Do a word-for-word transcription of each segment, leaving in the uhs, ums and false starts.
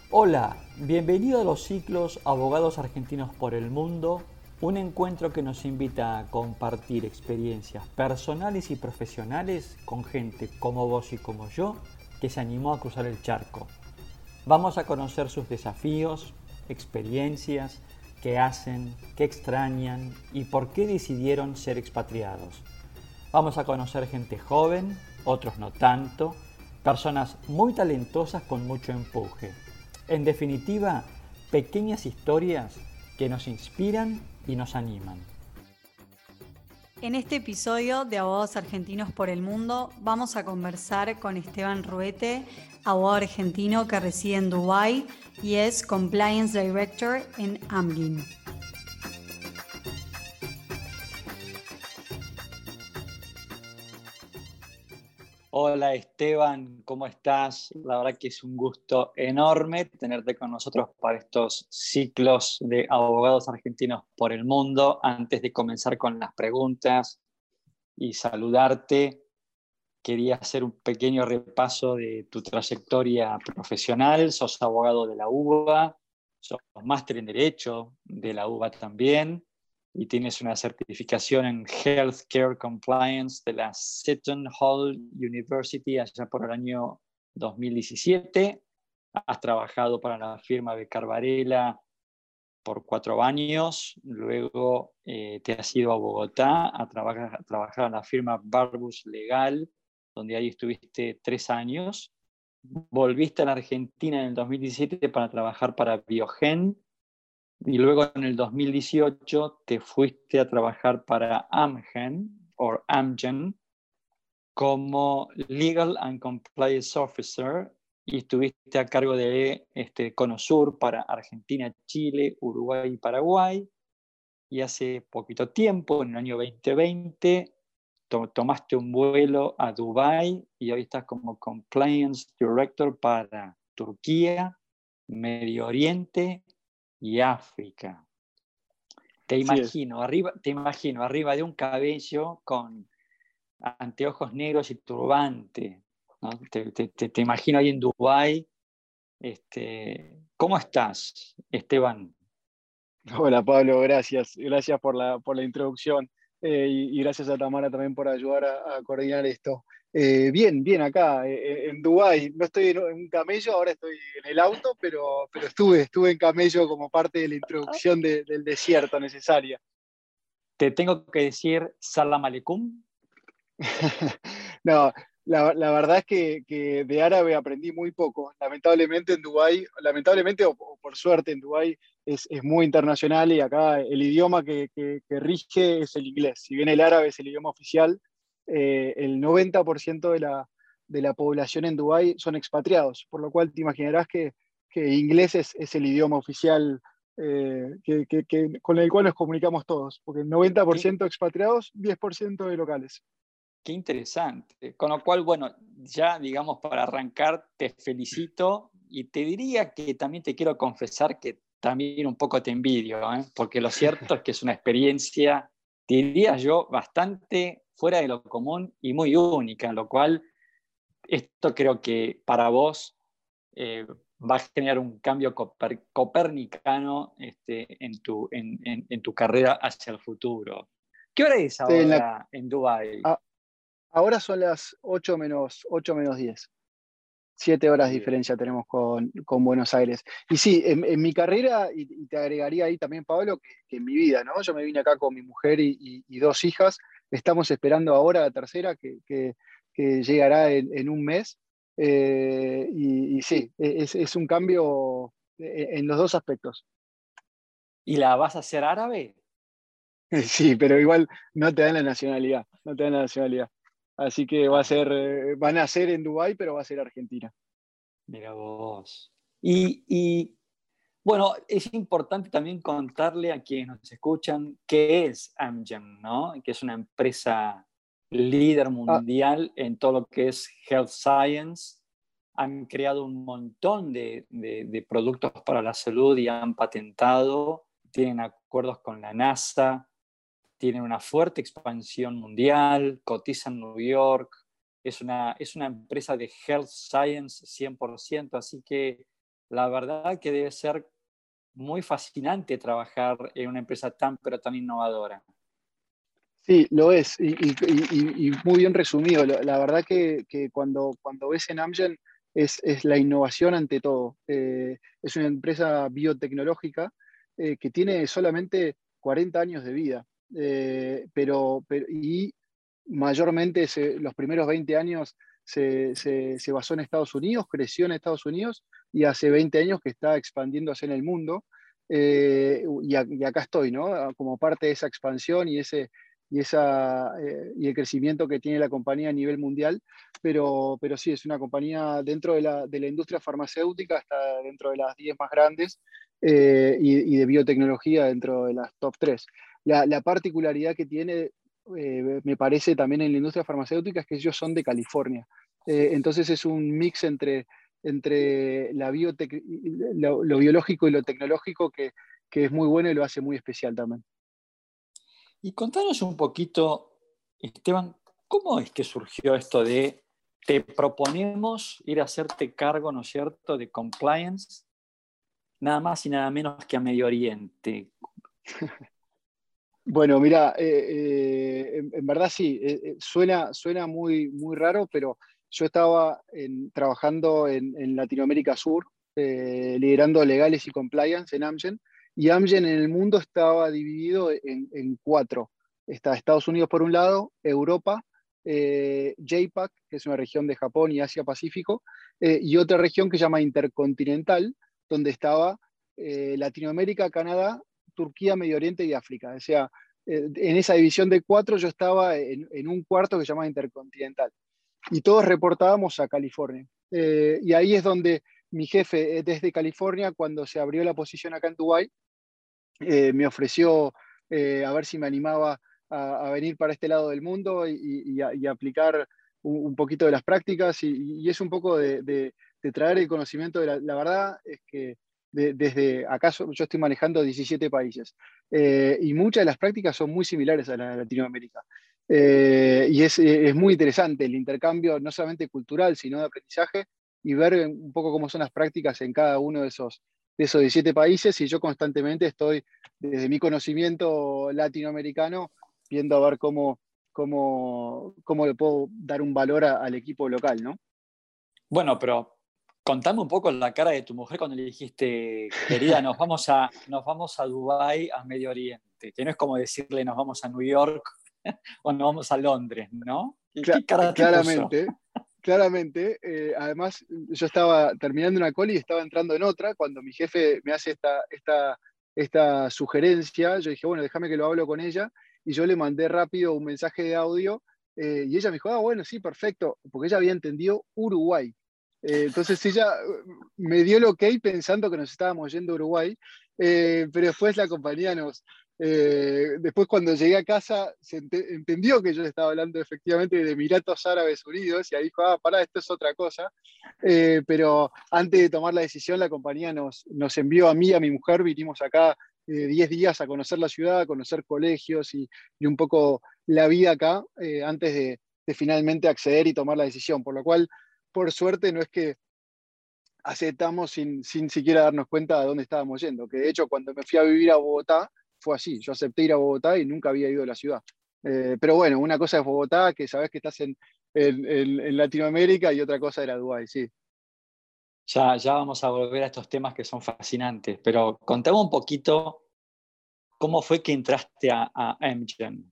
Hola, bienvenido a los ciclos Abogados Argentinos por el Mundo, un encuentro que nos invita a compartir experiencias personales y profesionales con gente como vos y como yo que se animó a cruzar el charco. Vamos a conocer sus desafíos, experiencias, qué hacen, qué extrañan y por qué decidieron ser expatriados. Vamos a conocer gente joven, otros no tanto, personas muy talentosas con mucho empuje. En definitiva, pequeñas historias que nos inspiran y nos animan. En este episodio de Abogados Argentinos por el Mundo vamos a conversar con Esteban Ruete, abogado argentino que reside en Dubái y es Compliance Director en Amgin. Hola Esteban, ¿cómo estás? La verdad que es un gusto enorme tenerte con nosotros para estos ciclos de Abogados Argentinos por el Mundo. Antes de comenzar con las preguntas y saludarte, quería hacer un pequeño repaso de tu trayectoria profesional. Sos abogado de la UBA, sos máster en Derecho de la UBA también, y tienes una certificación en Healthcare Compliance de la Seton Hall University allá por el año dos mil diecisiete. Has trabajado para la firma de Carvarela por cuatro años, luego eh, te has ido a Bogotá a trabajar, a trabajar en la firma Barbus Legal, donde ahí estuviste tres años. Volviste a la Argentina en el dos mil diecisiete para trabajar para Biogen y luego en el dos mil dieciocho te fuiste a trabajar para Amgen o Amgen como Legal and Compliance Officer y estuviste a cargo de este, Conosur para Argentina, Chile, Uruguay y Paraguay. Y hace poquito tiempo, en el año veinte veinte, to tomaste un vuelo a Dubái y hoy estás como Compliance Director para Turquía, Medio Oriente y África. Te Así es. imagino arriba, te imagino arriba de un cabello con anteojos negros y turbante, ¿no? Te, te, te, te imagino ahí en Dubái. Este, ¿cómo estás, Esteban? Hola Pablo, gracias. Gracias por la, por la introducción eh, y, y gracias a Tamara también por ayudar a, a coordinar esto. Eh, bien, bien acá eh, en Dubái. No estoy en un camello, ahora estoy en el auto, pero, pero estuve, estuve en camello como parte de la introducción de- del desierto necesaria. Te tengo que decir Salam Aleikum. No, la, la verdad es que, que de árabe aprendí muy poco. Lamentablemente en Dubái, lamentablemente o, o por suerte en Dubái es, es muy internacional y acá el idioma que, que- que rige es el inglés. Si bien el árabe es el idioma oficial, eh, el noventa por ciento de la, de la población en Dubái son expatriados, por lo cual te imaginarás que, que inglés es, es el idioma oficial eh, que, que- que- con el cual nos comunicamos todos, porque el noventa por Qué, ciento expatriados, diez por ciento de locales. qué interesante. Con lo cual, bueno, ya digamos para arrancar, te felicito y te diría que también te quiero confesar que también un poco te envidio, ¿eh? Porque lo cierto es que es una experiencia, diría yo, bastante fuera de lo común y muy única, lo cual esto creo que para vos eh, va a generar un cambio coper, copernicano este, en, tu, en, en, en tu carrera hacia el futuro. ¿Qué hora es Sí, en la, ahora en Dubái? a- ahora son las ocho menos, ocho menos diez. Siete horas de Bien. diferencia tenemos con, con Buenos Aires. Y sí, en, en mi carrera, y, y te agregaría ahí también, Pablo, que, que en mi vida, ¿no? Yo me vine acá con mi mujer y, y- y dos hijas. Estamos esperando ahora la tercera, que, que- que llegará en, en un mes. Eh, y, y sí, es, es un cambio en los dos aspectos. ¿Y la vas a hacer árabe? Sí, pero igual no te dan la nacionalidad, no te dan la nacionalidad. Así que va a Ah, ser, eh, van a ser en Dubái, pero va a ser Argentina. mira vos. Y, y bueno, es importante también contarle a quienes nos escuchan qué es Amgen, ¿no? Que es una empresa líder Ah, mundial en todo lo que es health science. Han creado un montón de, de, de productos para la salud y han patentado, tienen acuerdos con la NASA, tienen una fuerte expansión mundial, cotizan en New York, es una, es una empresa de health science cien por ciento, así que la verdad que debe ser muy fascinante trabajar en una empresa tan, pero tan innovadora. Sí, lo es, y, y- y- y muy bien resumido. La, la verdad que, que cuando, cuando ves en Amgen es, es la innovación ante todo. Eh, es una empresa biotecnológica eh, que tiene solamente cuarenta años de vida, eh, pero, pero- y mayormente se- los primeros veinte años se, se- se basó en Estados Unidos, creció en Estados Unidos y hace veinte años que está expandiéndose en el mundo. Eh, y, a- y acá estoy, ¿no? Como parte de esa expansión y ese y, esa, eh, y el crecimiento que tiene la compañía a nivel mundial, pero, pero sí, es una compañía dentro de la, de la industria farmacéutica, está dentro de las diez más grandes, eh, y, y de biotecnología dentro de las top tres. La, la particularidad que tiene, eh, me parece también en la industria farmacéutica, es que ellos son de California. Eh, entonces es un mix entre, entre la biotec lo, lo biológico y lo tecnológico que, que es muy bueno y lo hace muy especial también. Y contanos un poquito, Esteban, ¿cómo es que surgió esto de te proponemos ir a hacerte cargo, ¿no es cierto?, de compliance, nada más y nada menos que a Medio Oriente? Bueno, mira, eh, eh, en, en verdad sí, eh, eh, suena, suena muy, muy raro, pero yo estaba en- trabajando en, en Latinoamérica Sur, eh, liderando legales y compliance en Amgen, y Amgen en el mundo estaba dividido en, en cuatro. Está Estados Unidos por un lado, Europa, eh, J-PAC, que es una región de Japón y Asia-Pacífico, eh, y otra región que se llama Intercontinental, donde estaba eh, Latinoamérica, Canadá, Turquía, Medio Oriente y África. O sea, eh, en esa división de cuatro yo estaba en, en un cuarto que se llama Intercontinental. Y todos reportábamos a California. Eh, y ahí es donde mi jefe, eh, desde California, cuando se abrió la posición acá en Dubái, eh, me ofreció eh, a ver si me animaba a, a, venir para este lado del mundo y, y, a, y aplicar un, un, poquito de las prácticas. Y, y es un poco de, de, de, traer el conocimiento de la, la verdad es que de, desde acá yo estoy manejando diecisiete países, eh, y muchas de las prácticas son muy similares a las de Latinoamérica. Eh, y es, es, muy interesante el intercambio, no solamente cultural, sino de aprendizaje, y ver un poco cómo son las prácticas en cada uno de esos, de esos diecisiete países. Y yo constantemente estoy, desde mi conocimiento latinoamericano, viendo a ver cómo, cómo, cómo le puedo dar un valor a, al equipo local, ¿no? Bueno, pero contame un poco la cara de tu mujer cuando le dijiste, querida, nos vamos a, nos vamos a Dubái, a Medio Oriente, que no es como decirle nos vamos a New York o nos vamos a Londres, ¿no? ¿Qué, Cla qué cara te puso? claramente, claramente. Eh, además, yo estaba terminando una call y estaba entrando en otra. Cuando mi jefe me hace esta, esta, esta sugerencia, yo dije, bueno, déjame que lo hablo con ella. Y yo le mandé rápido un mensaje de audio, eh, y ella me dijo, ah, bueno, sí, perfecto, porque ella había entendido Uruguay. Eh, entonces ella me dio el ok pensando que nos estábamos yendo a Uruguay, eh, pero después la compañía nos, eh, después cuando llegué a casa se ent entendió que yo le estaba hablando efectivamente de Emiratos Árabes Unidos, y ahí dijo, ah, pará, esto es otra cosa. Eh, pero antes de tomar la decisión, la compañía nos, nos envió a mí y a mi mujer, vinimos acá diez eh, días a conocer la ciudad, a conocer colegios y, y un poco la vida acá, eh, antes de, de finalmente acceder y tomar la decisión. Por lo cual, por suerte, no es que aceptamos sin, sin siquiera darnos cuenta de dónde estábamos yendo. Que de hecho, cuando me fui a vivir a Bogotá, fue así. Yo acepté ir a Bogotá y nunca había ido a la ciudad. Eh, pero bueno, una cosa es Bogotá, que sabes que estás en, en, en, en Latinoamérica, y otra cosa era Dubái, sí. Ya, ya vamos a volver a estos temas que son fascinantes, pero contame un poquito cómo fue que entraste a, a Amgen.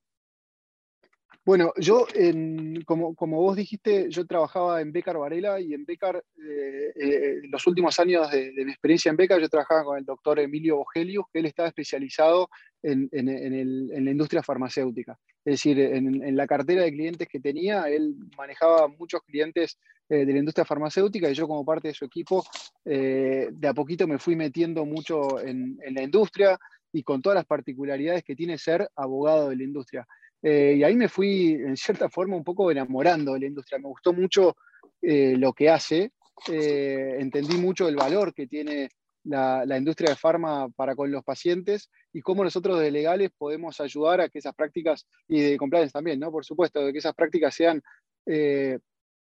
Bueno, yo, en, como, como vos dijiste, yo trabajaba en Becar Varela, y en Becar, eh, eh, los últimos años de, de mi experiencia en Becar, yo trabajaba con el doctor Emilio Bogelius, que él estaba especializado en, en, en, el, en la industria farmacéutica. Es decir, en, en, la cartera de clientes que tenía, él manejaba muchos clientes eh, de la industria farmacéutica, y yo, como parte de su equipo, eh, de a poquito me fui metiendo mucho en, en la industria, y con todas las particularidades que tiene ser abogado de la industria. Eh, y ahí me fui, en cierta forma, un poco enamorando de la industria. Me gustó mucho eh, lo que hace, eh, entendí mucho el valor que tiene la, la industria de farma para con los pacientes, y cómo nosotros de legales podemos ayudar a que esas prácticas, y de compliance también, ¿no? Por supuesto, de que esas prácticas sean eh,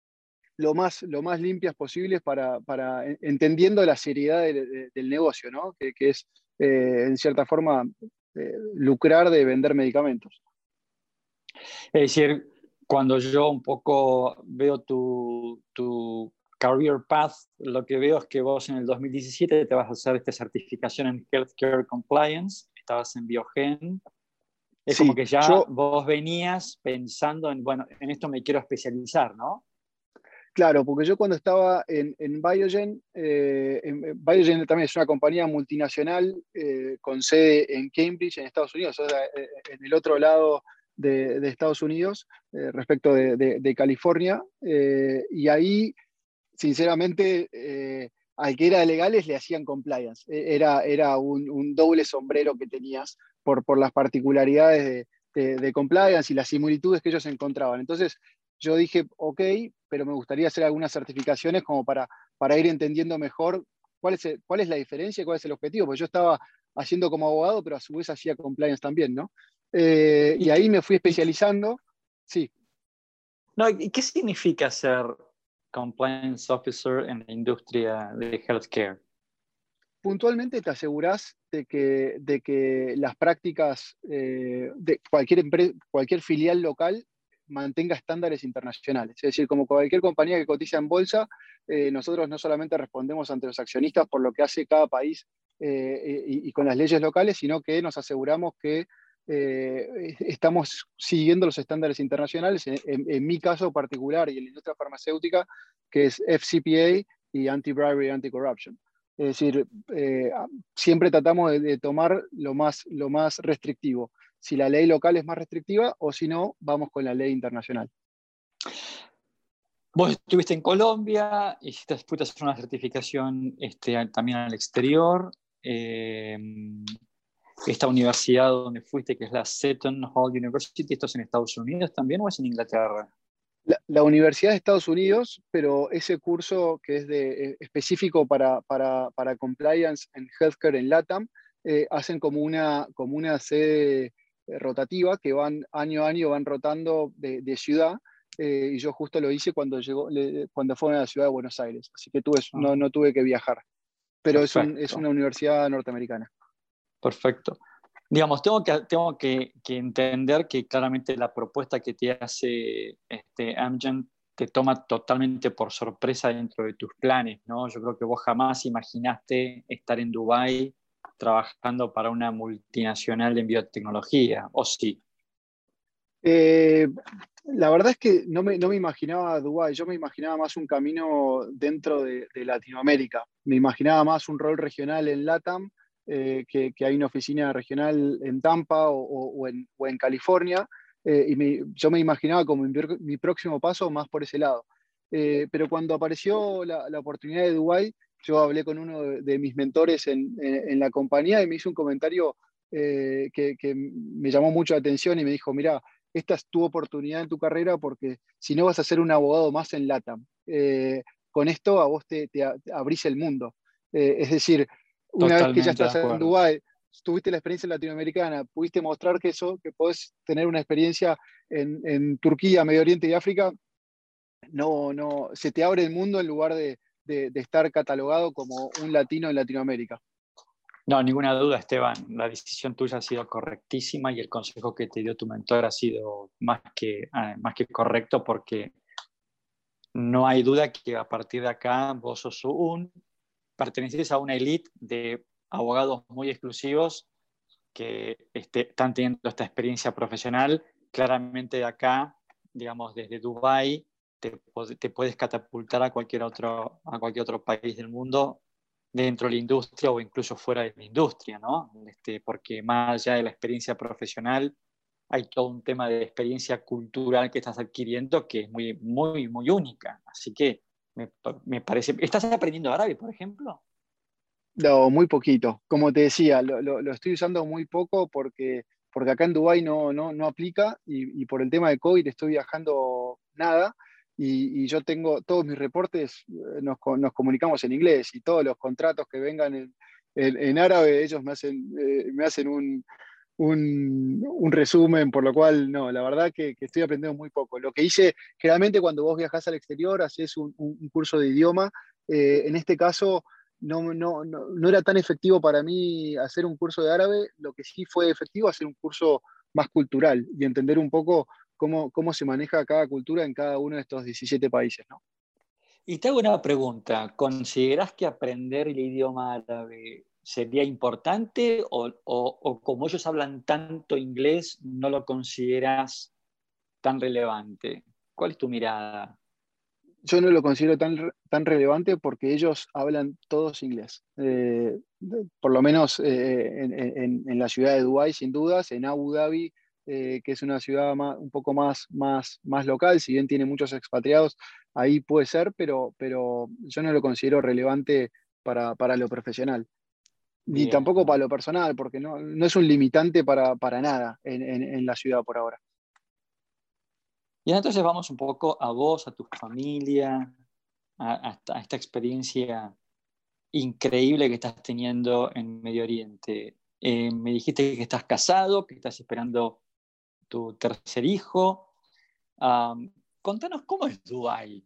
lo más, lo más limpias posibles para, para entendiendo la seriedad de, de, del negocio, ¿no? Que, que es, eh, en cierta forma, eh, lucrar de vender medicamentos. Es decir, cuando yo un poco veo tu, tu career path, lo que veo es que vos en el dos mil diecisiete te vas a hacer esta certificación en Healthcare Compliance, estabas en Biogen. Es como Sí, que ya yo, vos venías pensando en, bueno, en esto me quiero especializar, ¿no? claro, porque yo cuando estaba en, en Biogen, eh, en, Biogen también es una compañía multinacional eh, con sede en Cambridge, en Estados Unidos, o sea, eh, en el otro lado de, de Estados Unidos, eh, respecto de, de, de California, eh, y ahí, sinceramente, eh, al que era de legales le hacían compliance. Era, era un, un doble sombrero que tenías por, por las particularidades de, de, de compliance y las similitudes que ellos encontraban. Entonces, yo dije, ok, pero me gustaría hacer algunas certificaciones como para, para ir entendiendo mejor cuál es, el, cuál es la diferencia y cuál es el objetivo, porque yo estaba haciendo como abogado, pero a su vez hacía compliance también, ¿no? Eh, y ¿Y ahí qué, me fui y, especializando, sí. no, ¿y qué significa ser compliance officer en la industria de healthcare? Puntualmente te asegurás de que, de que las prácticas eh, de cualquier, cualquier filial local mantenga estándares internacionales. Es decir, como cualquier compañía que cotiza en bolsa, eh, nosotros no solamente respondemos ante los accionistas por lo que hace cada país eh, y, y con las leyes locales, sino que nos aseguramos que eh, estamos siguiendo los estándares internacionales, en, en, en mi caso particular y en la industria farmacéutica, que es F C P A y Anti-Bribery y Anti-Corruption. Es decir, eh, siempre tratamos de, de tomar lo más, lo más restrictivo. Si la ley local es más restrictiva o si no, vamos con la ley internacional. Vos estuviste en Colombia, hiciste, fuiste a hacer una certificación este, también al exterior. Eh, esta universidad donde fuiste, que es la Seton Hall University, ¿esto es en Estados Unidos también o es en Inglaterra? La, la Universidad de Estados Unidos, pero ese curso que es de, eh, específico para, para, para compliance en healthcare en LATAM, eh, hacen como una, como una sede rotativa que van año a año, van rotando de, de ciudad. Eh, y yo justo lo hice cuando, llegó, le, cuando fue a la ciudad de Buenos Aires, así que tuve, no, Ah, no tuve que viajar, pero es, un, es perfecto, una universidad norteamericana. perfecto. Digamos, tengo que, tengo que, que entender que claramente la propuesta que te hace este, Amgen te toma totalmente por sorpresa dentro de tus planes, ¿no? Yo creo que vos jamás imaginaste estar en Dubái trabajando para una multinacional en biotecnología, ¿o sí? Eh, la verdad es que no me, no me imaginaba Dubái, yo me imaginaba más un camino dentro de, de Latinoamérica, me imaginaba más un rol regional en LATAM, eh, que, que hay una oficina regional en Tampa o, o, o, en, o en, California, eh, y me, yo me imaginaba como mi, mi, próximo paso más por ese lado. Eh, pero cuando apareció la, la oportunidad de Dubái, yo hablé con uno de, de mis mentores en, en, en, la compañía y me hizo un comentario eh, que, que me llamó mucho la atención y me dijo, mira, esta es tu oportunidad en tu carrera porque si no vas a ser un abogado más en LATAM. Eh, con esto a vos te, te, te abrís el mundo. Eh, es decir, una vez que ya Totalmente de estás en acuerdo. Dubái, tuviste la experiencia latinoamericana, pudiste mostrar que eso, que podés tener una experiencia en, en Turquía, Medio Oriente y África, no, no, se te abre el mundo en lugar de, de, de estar catalogado como un latino en Latinoamérica. No, ninguna duda, Esteban. La decisión tuya ha sido correctísima y el consejo que te dio tu mentor ha sido más que, ah, más que correcto porque no hay duda que a partir de acá vos sos un, perteneces a una elite de abogados muy exclusivos que este, están teniendo esta experiencia profesional. Claramente de acá, digamos, desde Dubái, te, te puedes catapultar a cualquier, otro, a cualquier otro país del mundo dentro de la industria o incluso fuera de la industria, ¿no? Este, porque más allá de la experiencia profesional, hay todo un tema de experiencia cultural que estás adquiriendo que es muy, muy, muy única. Así que me, me parece... ¿Estás aprendiendo árabe, por ejemplo? No, muy poquito. Como te decía, lo, lo, lo estoy usando muy poco porque, porque acá en Dubái no, no, no aplica y, y por el tema de COVID estoy viajando nada y, y yo tengo todos mis reportes, eh, nos, nos comunicamos en inglés y todos los contratos que vengan en, en, en árabe, ellos me hacen, eh, me hacen un, un, un resumen, por lo cual, no, la verdad que, que estoy aprendiendo muy poco. Lo que hice, generalmente cuando vos viajás al exterior, haces un, un- un curso de idioma. Eh, en este caso, no, no, no, no era tan efectivo para mí hacer un curso de árabe. Lo que sí fue efectivo, hacer un curso más cultural y entender un poco cómo, cómo se maneja cada cultura en cada uno de estos diecisiete países, ¿no? Y te hago una pregunta, ¿considerás que aprender el idioma árabe sería importante o, o- o como ellos hablan tanto inglés, no lo consideras tan relevante? ¿Cuál es tu mirada? Yo no lo considero tan, tan relevante porque ellos hablan todos inglés. Eh, por lo menos eh, en, en- en la ciudad de Dubái, sin dudas, en Abu Dhabi, eh, que es una ciudad más- un poco más, más, más local, si bien tiene muchos expatriados, ahí puede ser, pero, pero yo no lo considero relevante para, para lo profesional, ni tampoco para Bien. lo personal, porque no, no es un limitante para, para nada en, en en la ciudad por ahora. Y entonces vamos un poco a vos, a tu familia, a, a esta, a esta experiencia increíble que estás teniendo en Medio Oriente. Eh, me dijiste que estás casado, que estás esperando tu tercer hijo. Um, Contanos cómo es Dubái.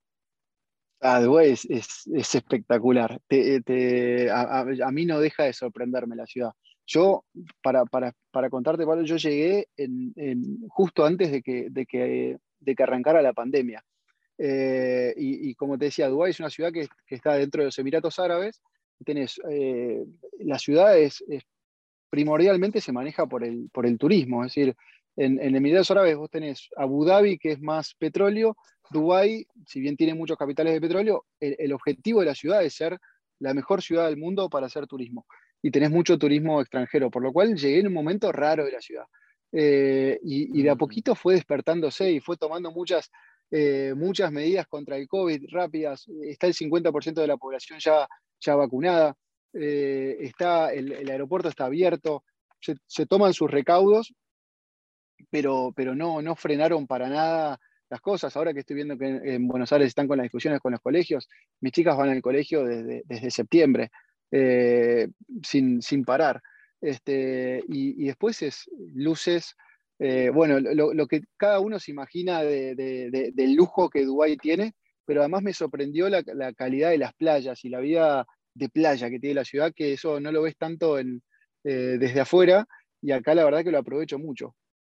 Ah, Dubái es, es- es espectacular. Te- te- a, a- a mí no deja de sorprenderme la ciudad. Yo, para, para, para contarte, Pablo, yo llegué en, en- justo antes de que, de que, de que arrancara la pandemia. Eh, y, y como te decía, Dubái es una ciudad que, que está dentro de los Emiratos Árabes. Tenés, eh, la ciudad es, es primordialmente se maneja por el, por el turismo. Es decir, en, en Emiratos Árabes vos tenés Abu Dhabi, que es más petróleo. Dubái, si bien tiene muchos capitales de petróleo, el, el objetivo de la ciudad es ser la mejor ciudad del mundo para hacer turismo. Y tenés mucho turismo extranjero, por lo cual llegué en un momento raro de la ciudad. Eh, y, y de a Mm. poquito fue despertándose y fue tomando muchas, eh, muchas medidas contra el COVID rápidas. Está el cincuenta por ciento de la población ya, ya vacunada. Eh, está, el, el aeropuerto está abierto, se, se toman sus recaudos, pero, pero no, no frenaron para nada las cosas. Ahora que estoy viendo que en, en Buenos Aires están con las discusiones con los colegios, mis chicas van al colegio desde, desde septiembre, eh, sin, sin parar. Este, y, y después es luces, eh, bueno, lo, lo que cada uno se imagina de, de, de, del lujo que Dubái tiene, pero además me sorprendió la, la calidad de las playas y la vida de playa que tiene la ciudad, que eso no lo ves tanto en, eh, desde afuera, y acá la verdad que lo aprovecho mucho.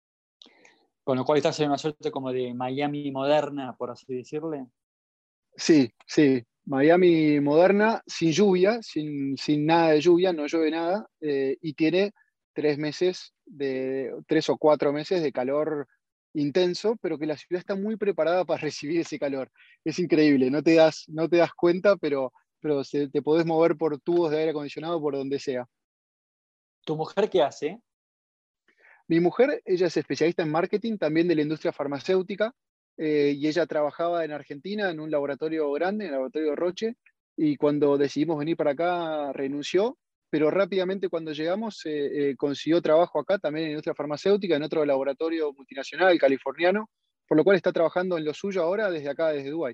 Con lo cual estás en una suerte como de Miami moderna, por así decirle. Sí, sí. Miami moderna, sin lluvia, sin, sin nada de lluvia, no llueve nada, eh, y tiene tres meses de, tres o cuatro meses de calor intenso, pero que la ciudad está muy preparada para recibir ese calor. Es increíble, no te das, no te das cuenta, pero, pero se- te podés mover por tubos de aire acondicionado por donde sea. ¿Tu mujer qué hace? Mi mujer, ella es especialista en marketing también de la industria farmacéutica, eh, y ella trabajaba en Argentina en un laboratorio grande, en el laboratorio Roche, y cuando decidimos venir para acá renunció, pero rápidamente cuando llegamos eh, eh, consiguió trabajo acá también en la industria farmacéutica, en otro laboratorio multinacional californiano, por lo cual está trabajando en lo suyo ahora desde acá, desde Dubái.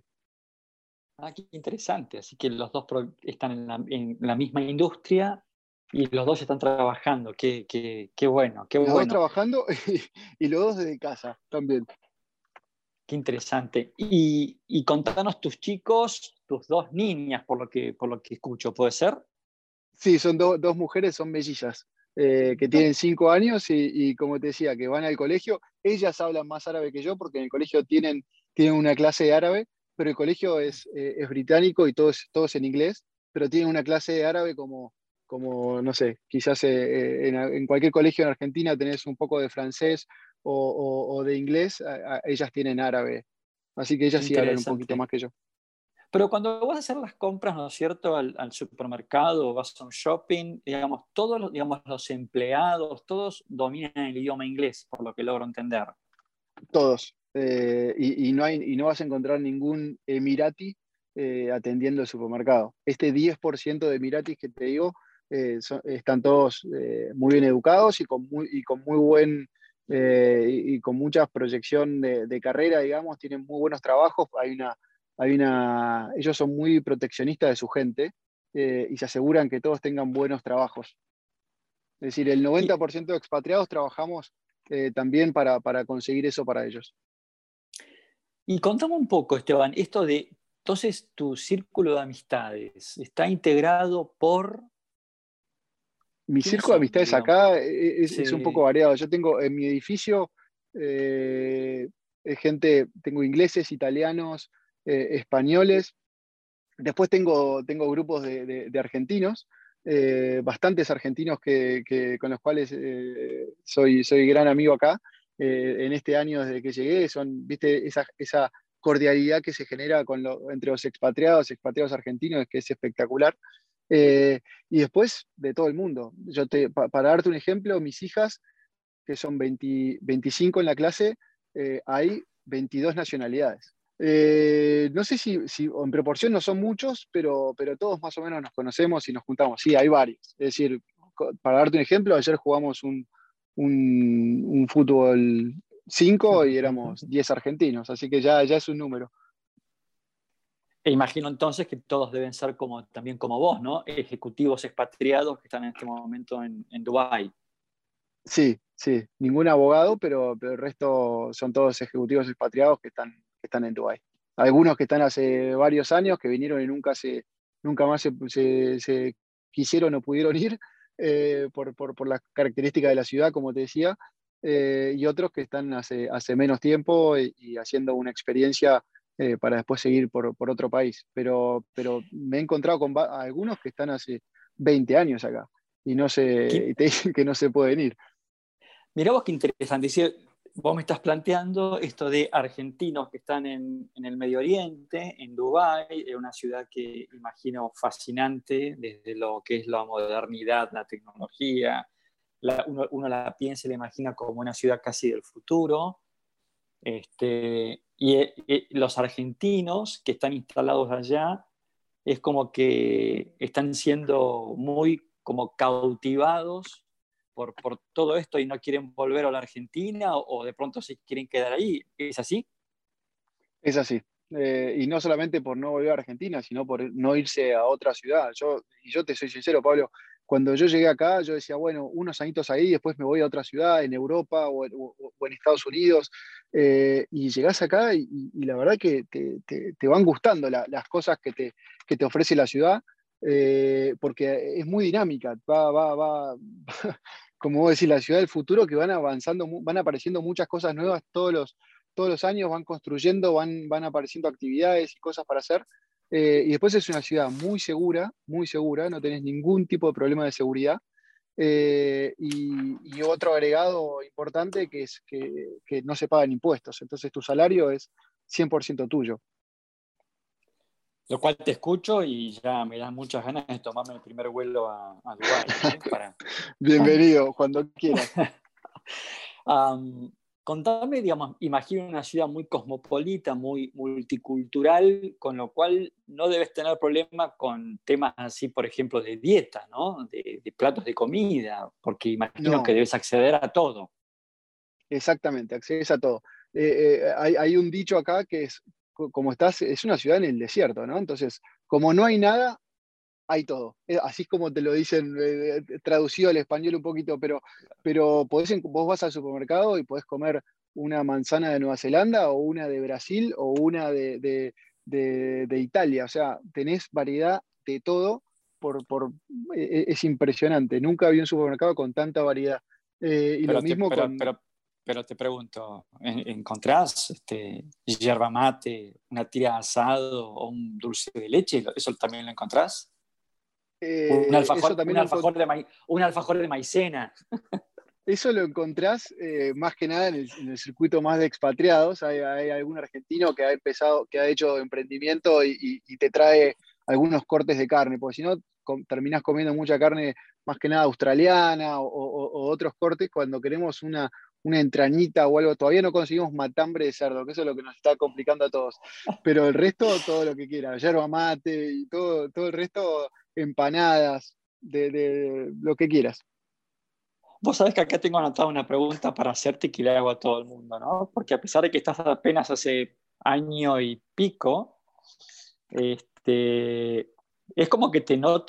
Ah, qué interesante. Así que los dos pro- están en la, en la misma industria y los dos están trabajando. Qué, qué, qué bueno, qué Los dos bueno, trabajando y, y los dos desde casa también. qué interesante. Y, y contanos tus chicos, tus dos niñas, por lo que, por lo que escucho, ¿puede ser? Sí, son do- dos mujeres, son mellizas, eh, que tienen cinco años y, y, como te decía, que van al colegio. Ellas hablan más árabe que yo porque en el colegio tienen, tienen una clase de árabe, pero el colegio es, eh, es británico y todo es, todo es en inglés, pero tienen una clase de árabe como, como no sé, quizás eh, en, en cualquier colegio en Argentina tenés un poco de francés o, o- o de inglés, a- a- ellas tienen árabe. Así que Qué ellas sí hablan un poquito interesante. más que yo. Pero cuando vas a hacer las compras, ¿no es cierto?, al, al supermercado o vas a un shopping, digamos, todos los, digamos, los empleados, todos dominan el idioma inglés, por lo que logro entender. Todos. Eh, y, y no hay, y no vas a encontrar ningún emirati eh, atendiendo el supermercado. Este diez por ciento de emiratis que te digo eh, son- están todos eh, muy bien educados y con muy, y con muy buen eh, y, y con mucha proyección de, de carrera, digamos, tienen muy buenos trabajos. Hay una, hay una, ellos son muy proteccionistas de su gente, eh, y se aseguran que todos tengan buenos trabajos. Es decir, el noventa por ciento de expatriados trabajamos eh, también para, para conseguir eso para ellos. Y contame un poco, Esteban, esto de, entonces, tu círculo de amistades está integrado por... Mi ¿Quiénes círculo de son, amistades digamos? acá es, es un poco Sí. variado. Yo tengo en mi edificio eh, gente, tengo ingleses, italianos, eh, españoles. Después tengo, tengo grupos de, de- de argentinos, eh, bastantes argentinos que, que- con los cuales eh, soy, soy gran amigo acá. Eh, en este año desde que llegué, son, viste, esa, esa cordialidad que se genera con lo- entre los expatriados, expatriados argentinos, que es espectacular. Eh, y después de todo el mundo. Yo te, pa- para darte un ejemplo, mis hijas, que son veinte veinticinco en la clase, eh, hay veintidós nacionalidades. Eh, no sé si, si en proporción no son muchos, pero, pero todos más o menos nos conocemos y nos juntamos. Sí, hay varios. Es decir, co- para darte un ejemplo, ayer jugamos un, un, un fútbol cinco y éramos diez argentinos, así que ya, ya es un número. E imagino entonces que todos deben ser como, también como vos, ¿no? Ejecutivos expatriados que están en este momento en, en Dubái. Sí, sí, ningún abogado, pero, pero el resto son todos ejecutivos expatriados que están, que están en Dubái. Algunos que están hace varios años, que vinieron y nunca, se, nunca más se, se- se quisieron o pudieron ir eh, por, por, por las características de la ciudad, como te decía, eh, y otros que están hace, hace menos tiempo y, y haciendo una experiencia eh, para después seguir por, por otro país. Pero, pero me he encontrado con va- algunos que están hace veinte años acá y, no se, ¿Qué- y te dicen que no se pueden ir. Mirá vos qué interesante. Si vos me estás planteando esto de argentinos que están en, en el Medio Oriente, en Dubái, en una ciudad que imagino fascinante desde lo que es la modernidad, la tecnología. La- uno, uno la piensa y la imagina como una ciudad casi del futuro. Este, y eh, eh, los argentinos que están instalados allá es como que están siendo muy como cautivados por, por todo esto y no quieren volver a la Argentina o, o de pronto se quieren quedar ahí. ¿Es así? Es así. Eh, y no solamente por no volver a Argentina, sino por no irse a otra ciudad. Yo, y yo te soy sincero, Pablo, cuando yo llegué acá, yo decía, bueno, unos añitos ahí, después me voy a otra ciudad, en Europa o, o- o en Estados Unidos, eh, y llegás acá y, y la verdad que te, te- te van gustando la- las cosas que te, que te ofrece la ciudad, eh, porque es muy dinámica, va, va, va, como vos decís, la ciudad del futuro que van avanzando, mu- van apareciendo muchas cosas nuevas todos los todos los años van construyendo, van, van apareciendo actividades y cosas para hacer. Eh, y después es una ciudad muy segura, muy segura, no tenés ningún tipo de problema de seguridad. Eh, y, y otro agregado importante que es que, que no se pagan impuestos, entonces tu salario es cien por ciento tuyo. Lo cual te escucho y ya me dan muchas ganas de tomarme el primer vuelo a, a Dubái, ¿eh? Para... Bienvenido, cuando quieras. Um, contame, digamos, imagino una ciudad muy cosmopolita, muy multicultural, con lo cual no debes tener problema con temas así, por ejemplo, de dieta, ¿no? De, de platos de comida, porque imagino que No, debes acceder a todo. exactamente, accedes a todo. Eh, eh, hay, hay un dicho acá que es, co- como estás, es una ciudad en el desierto, ¿no? Entonces, como no hay nada, hay todo. Eh, Así es como te lo dicen, eh, traducido al español un poquito, pero, pero podés, en- vos vas al supermercado y podés comer una manzana de Nueva Zelanda o una de Brasil o una de, de- de- de Italia. O sea, tenés variedad de todo. Por, por, eh, es impresionante. Nunca había un supermercado con tanta variedad. Eh, y lo Pero te, mismo pero, con... pero, pero te pregunto, ¿en- ¿encontrás este, yerba mate, una tira de asado o un dulce de leche? ¿Eso también lo encontrás? Un eh, eso alfajor, un también lo, encon- alfajor de, mai- un alfajor de maicena. Eso lo encontrás eh, más que nada en el, en el circuito más de expatriados. Hay, hay algún argentino que ha empezado, que ha hecho emprendimiento y, y- y te trae algunos cortes de carne, porque si no com- terminás comiendo mucha carne más que nada australiana o, o- o otros cortes cuando queremos una, una entrañita o algo. Todavía no conseguimos matambre de cerdo, que eso es lo que nos está complicando a todos. Pero el resto, todo lo que quiera, yerba mate y todo, todo el resto, empanadas, de de lo que quieras. Vos sabés que acá tengo anotada una pregunta para hacerte que le hago a todo el mundo, ¿no? Porque a pesar de que estás apenas hace año y pico, este, es como que te noto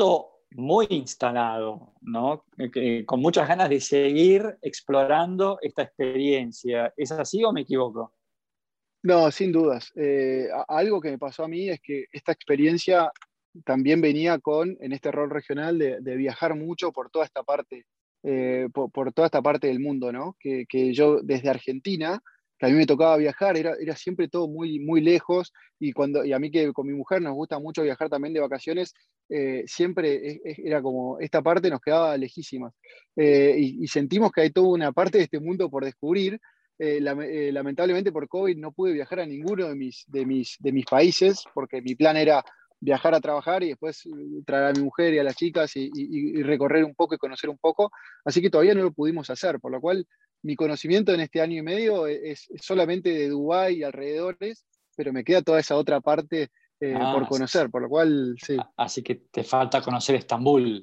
muy instalado, ¿no? Que, con muchas ganas de seguir explorando esta experiencia. ¿Es así o me equivoco? No, sin dudas. Eh, a- algo que me pasó a mí es que esta experiencia también venía con, en este rol regional, de, de viajar mucho por toda esta parte, eh, por, por toda esta parte del mundo, ¿no? Que, que yo desde Argentina, que a mí me tocaba viajar, era, era siempre todo muy, muy lejos, y, cuando, y a mí que con mi mujer nos gusta mucho viajar también de vacaciones, eh, siempre es- es- era como, esta parte nos quedaba lejísima. Eh, y, y sentimos que hay toda una parte de este mundo por descubrir. Eh, lame- eh, lamentablemente por COVID no pude viajar a ninguno de mis, de mis, de mis países, porque mi plan era viajar a trabajar y después eh, traer a mi mujer y a las chicas y, y- y recorrer un poco y conocer un poco. Así que todavía no lo pudimos hacer, por lo cual mi conocimiento en este año y medio es, es solamente de Dubái y alrededores, pero me queda toda esa otra parte eh, por Ah, conocer, por lo cual sí. así que te falta conocer Estambul.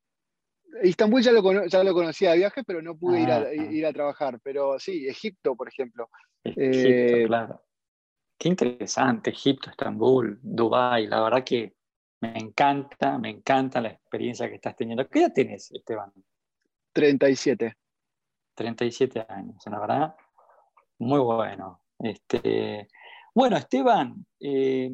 Istambul ya lo, cono- ya lo conocía de viaje, pero no pude ir a, Ah, ir a trabajar. Pero sí, Egipto, por ejemplo. Egipto, Eh, claro. Qué interesante, Egipto, Estambul, Dubái. La verdad que me encanta, me encanta la experiencia que estás teniendo. ¿Qué edad tienes, Esteban? treinta y siete. treinta y siete años, la verdad, muy bueno. Este, bueno, Esteban, eh,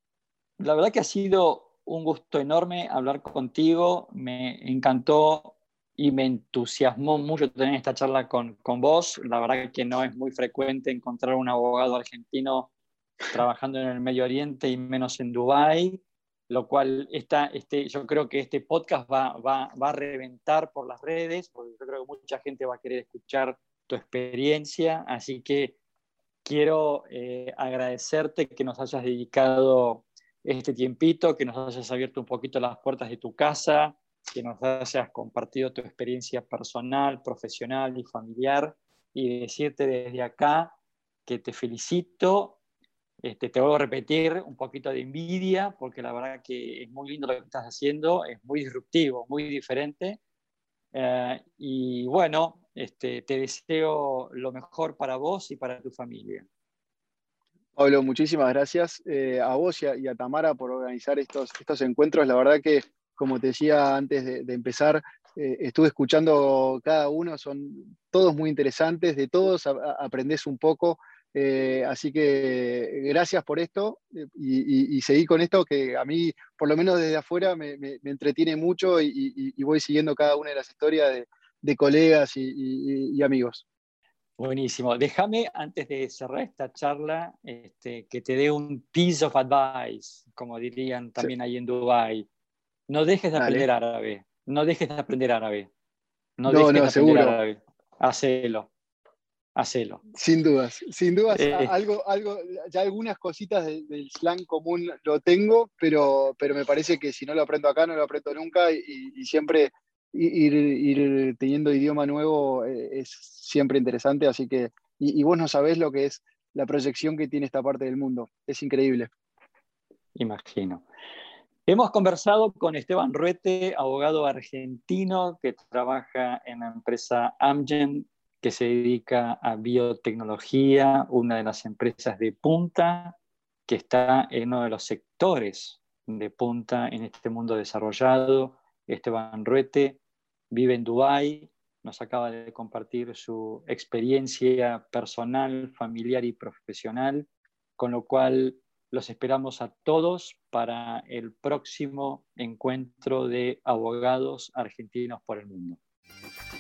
la verdad que ha sido un gusto enorme hablar contigo. Me encantó y me entusiasmó mucho tener esta charla con, con vos. La verdad que no es muy frecuente encontrar un abogado argentino trabajando en el Medio Oriente y menos en Dubái, lo cual está, este, yo creo que este podcast va, va, va a reventar por las redes, porque yo creo que mucha gente va a querer escuchar tu experiencia, así que quiero eh, agradecerte que nos hayas dedicado este tiempito, que nos hayas abierto un poquito las puertas de tu casa, que nos hayas compartido tu experiencia personal, profesional y familiar, y decirte desde acá que te felicito. Este, te vuelvo a repetir, un poquito de envidia, porque la verdad que es muy lindo lo que estás haciendo, es muy disruptivo, muy diferente. Eh, y bueno, este, te deseo lo mejor para vos y para tu familia. Pablo, muchísimas gracias eh, a vos y a, y a Tamara por organizar estos, estos encuentros. La verdad que, como te decía antes de, de empezar, eh, estuve escuchando cada uno, son todos muy interesantes, de todos a- a- aprendés un poco. Eh, así que gracias por esto eh, y, y- y seguí con esto que a mí, por lo menos desde afuera, me, me- me entretiene mucho y, y- y voy siguiendo cada una de las historias de, de colegas y y- y amigos. Buenísimo. Déjame, antes de cerrar esta charla, este, que te dé un piece of advice, como dirían Sí, también ahí en Dubái. No dejes de dale. aprender árabe. No dejes de aprender árabe. No No, dejes no, de aprender seguro. árabe. Hacelo. Hacelo. Sin dudas, sin dudas, a- Eh, algo, algo, ya algunas cositas de- del slang común lo tengo, pero, pero me parece que si no lo aprendo acá, no lo aprendo nunca y, y siempre ir, ir teniendo idioma nuevo eh, es siempre interesante, así que, y, y vos no sabés lo que es la proyección que tiene esta parte del mundo, es increíble. imagino. Hemos conversado con Esteban Ruete, abogado argentino que trabaja en la empresa Amgen, que se dedica a biotecnología, una de las empresas de punta que está en uno de los sectores de punta en este mundo desarrollado. Esteban Ruete vive en Dubái, nos acaba de compartir su experiencia personal, familiar y profesional, con lo cual los esperamos a todos para el próximo encuentro de abogados argentinos por el mundo.